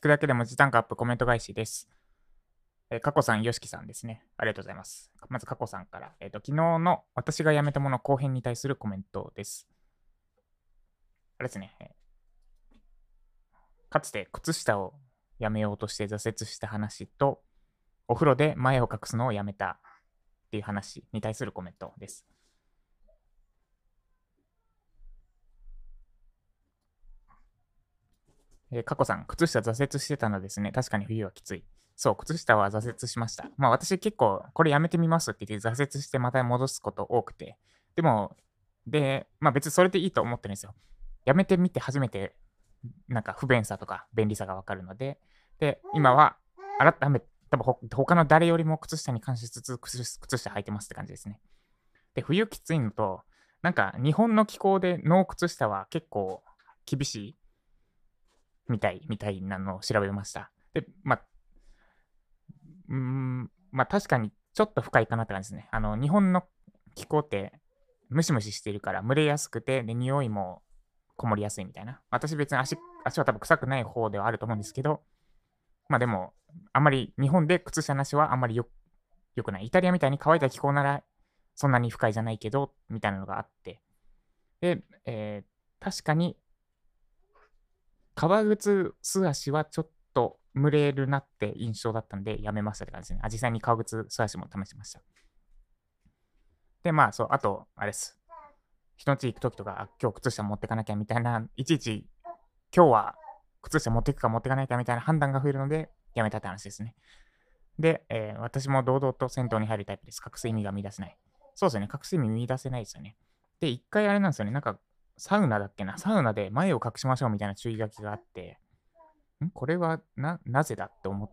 くだけで文字単価アップコメント返しです。カコさん、ヨシキさんですね。ありがとうございます。まず、カコさんから、昨日の私が辞めたもの後編に対するコメントです。あれですね。かつて靴下をやめようとして挫折した話と、お風呂で前を隠すのをやめたっていう話に対するコメントです。カコさん、靴下挫折してたのですね。確かに冬はきつい。そう、靴下は挫折しました。まあ私結構これやめてみますって言って挫折してまた戻すこと多くて。でも、まあ別にそれでいいと思ってるんですよ。やめてみて初めてなんか不便さとか便利さがわかるので、で、今は改めて多分他の誰よりも靴下に関しつつ靴下履いてますって感じですね。で、冬きついのと、なんか日本の気候でノー靴下は結構厳しいみたいなのを調べました。で、まあ確かにちょっと深いかなって感じですね。日本の気候ってムシムシしているから蒸れやすくて、で、匂いもこもりやすいみたいな。私別に足は多分臭くない方ではあると思うんですけど、まあでも、あんまり日本で靴下なしはあんまり良くない。イタリアみたいに乾いた気候ならそんなに不快じゃないけど、みたいなのがあって。で、確かに革靴素足はちょっと蒸れるなって印象だったんで、やめましたって感じですね。実際に革靴素足も試しました。で、まあ、そう、あと、あれです。人の家行くときとか、今日靴下持ってかなきゃみたいな、いちいち、今日は靴下持っていくか持ってかないかみたいな判断が増えるので、やめたって話ですね。で、私も堂々と銭湯に入るタイプです。隠す意味が見出せない。そうですね、隠す意味見出せないですよね。で、一回あれなんですよね、なんか、サウナだっけな、サウナで前を隠しましょうみたいな注意書きがあって、これはなぜだって思って、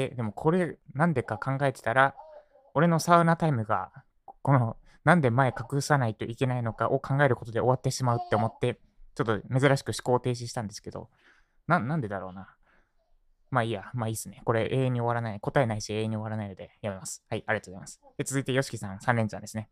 でもこれなんでか考えてたら、俺のサウナタイムが、この、なんで前隠さないといけないのかを考えることで終わってしまうって思って、ちょっと珍しく思考停止したんですけど、なんでだろうな。まあいいや、まあいいっすね。これ永遠に終わらない。答えないし永遠に終わらないのでやめます。はい、ありがとうございます。で続いて、ヨシキさん3連チャンですね。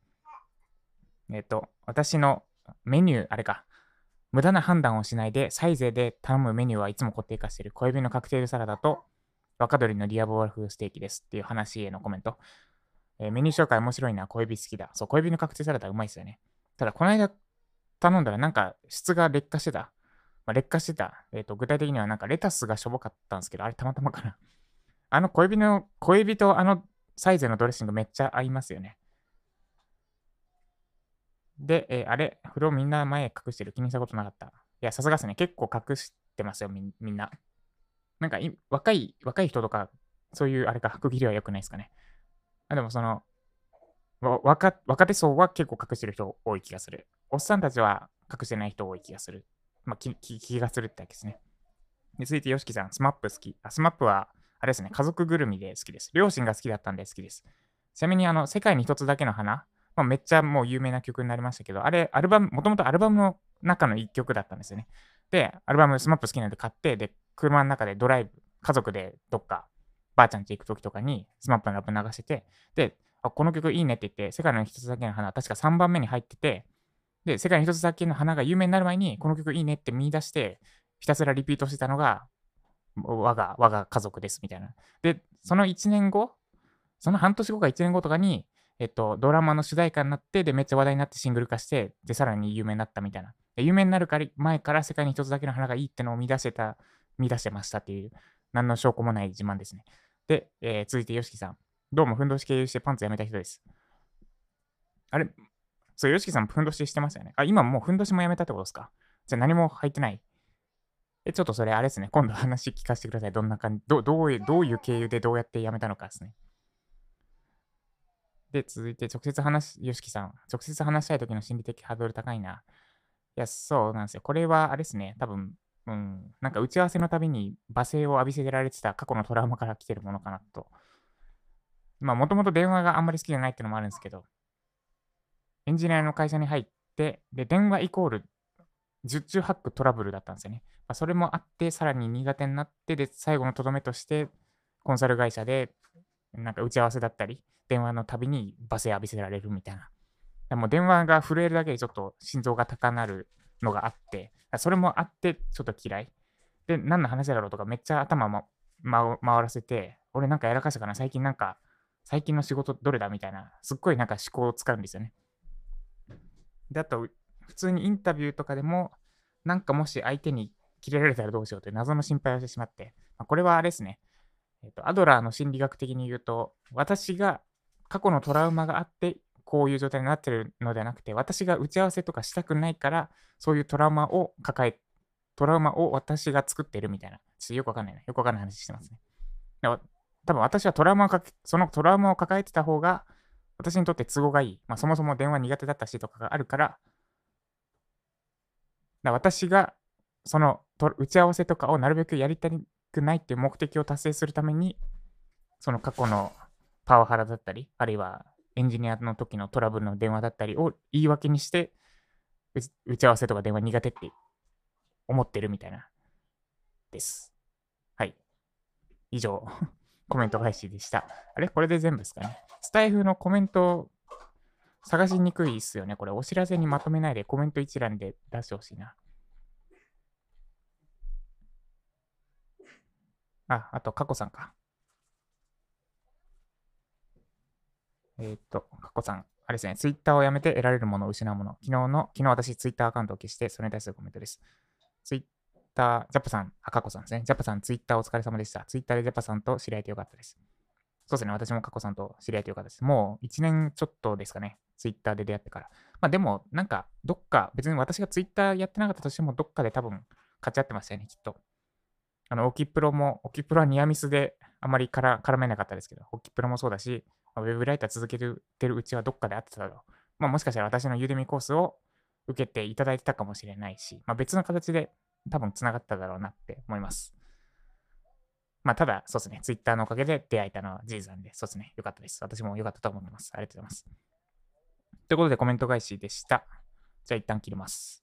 私のメニュー、あれか。無駄な判断をしないで、サイゼで頼むメニューはいつも固定化している小指のカクテルサラダと若鶏のリアボール風ステーキですっていう話へのコメント。メニュー紹介面白いな、小指好きだ。そう、小指のカクテルサラダうまいですよね。ただ、この間頼んだらなんか質が劣化してた。劣化してた。具体的にはなんかレタスがしょぼかったんですけど、あれたまたまかな。小指とサイズのドレッシングめっちゃ合いますよね。で、あれ、風呂みんな前隠してる。気にしたことなかった。いや、さすがですね。結構隠してますよ、みんな。なんか若い人とか、そういうあれか、区切りは良くないですかね。でも若手層は結構隠してる人多い気がする。おっさんたちは隠してない人多い気がする。まあ、気がするってわけですね。で、続いて、ヨシキさん、スマップ好き。スマップは、あれですね、家族ぐるみで好きです。両親が好きだったんで好きです。ちなみに、世界に一つだけの花、めっちゃもう有名な曲になりましたけど、あれ、もともとアルバムの中の一曲だったんですよね。で、アルバム、スマップ好きなんで買って、で、車の中でドライブ、家族でどっか、ばあちゃん家行くときとかに、スマップのラップ流してて、で、この曲いいねって言って、世界の一つだけの花、確か3番目に入ってて、で、世界の一つだけの花が有名になる前に、この曲いいねって見出して、ひたすらリピートしてたのが、我が家族ですみたいな。で、その1年後、その半年後か1年後とかに、ドラマの主題歌になって、で、めっちゃ話題になってシングル化して、で、さらに有名になったみたいな。で有名になるから前から世界に一つだけの花がいいってのを見出してましたっていう、何の証拠もない自慢ですね。で、続いて、ヨシキさん。どうも、ふんどし経由してパンツやめた人です。あれ、そう、ヨシキさん、ふんどししてましたよね。今もうふんどしもやめたってことですか？じゃあ何も入ってない？ちょっとそれあれですね。今度話聞かせてください。どんな感じ、どういう経由でどうやって辞めたのかですね。で、続いて、よしきさん。直接話したい時の心理的ハードル高いな。いや、そうなんですよ。これはあれですね。多分、なんか打ち合わせのたびに罵声を浴びせられてた過去のトラウマから来てるものかなと。まあ、もともと電話があんまり好きじゃないっていうのもあるんですけど、エンジニアの会社に入って、で、電話イコール十中八九トラブルだったんですよね。それもあって、さらに苦手になって、で、最後のとどめとして、コンサル会社で、なんか打ち合わせだったり、電話のたびに罵声浴びせられるみたいな。もう電話が震えるだけでちょっと心臓が高鳴るのがあって、それもあって、ちょっと嫌い。 で、何の話だろうとかめっちゃ頭、回らせて、俺なんかやらかしたかな、最近の仕事どれだみたいな、すっごいなんか思考を使うんですよね。で、あと、普通にインタビューとかでも、なんかもし相手にキレられたらどうしようという謎の心配をしてしまって、これはあれですね、アドラーの心理学的に言うと、私が過去のトラウマがあって、こういう状態になってるのではなくて、私が打ち合わせとかしたくないから、そういうトラウマを私が作ってるみたいな。ちょっとよくわかんないな。よくわかんない話してますね。多分私はそのトラウマを抱えてた方が、私にとって都合がいい。そもそも電話苦手だったしとかがあるから、私がその打ち合わせとかをなるべくやりたくないっていう目的を達成するために、その過去のパワハラだったり、あるいはエンジニアの時のトラブルの電話だったりを言い訳にして、打ち合わせとか電話苦手って思ってるみたいな、です。はい。以上、コメント返しでした。あれこれで全部ですかね。スタイフのコメント探しにくいっすよね。これお知らせにまとめないでコメント一覧で出してほしいな。あと、カコさんか。カコさん。あれですね、ツイッターをやめて得られるものを失うもの。昨日私ツイッターアカウントを消して、それに対するコメントです。ツイッター、ジャパさん、カコさんですね。ジャパさん、ツイッターお疲れ様でした。ツイッターでジャパさんと知り合えてよかったです。そうですね、私もカコさんと知り合えてよかったです。もう1年ちょっとですかね、ツイッターで出会ってから。でも、なんか、どっか、別に私がツイッターやってなかったとしても、どっかで多分、勝ち合ってましたよね、きっと。オキプロはニアミスであまり絡めなかったですけど、オキプロもそうだし、ウェブライター続けてるうちはどっかで会ってただろう。もしかしたら私のユーデミコースを受けていただいてたかもしれないし、別の形で多分繋がっただろうなって思います。ただ、そうですね、ツイッターのおかげで出会えたのは事実なんで、そうですね、よかったです。私もよかったと思ってます。ありがとうございます。ということでコメント返しでした。じゃあ一旦切ります。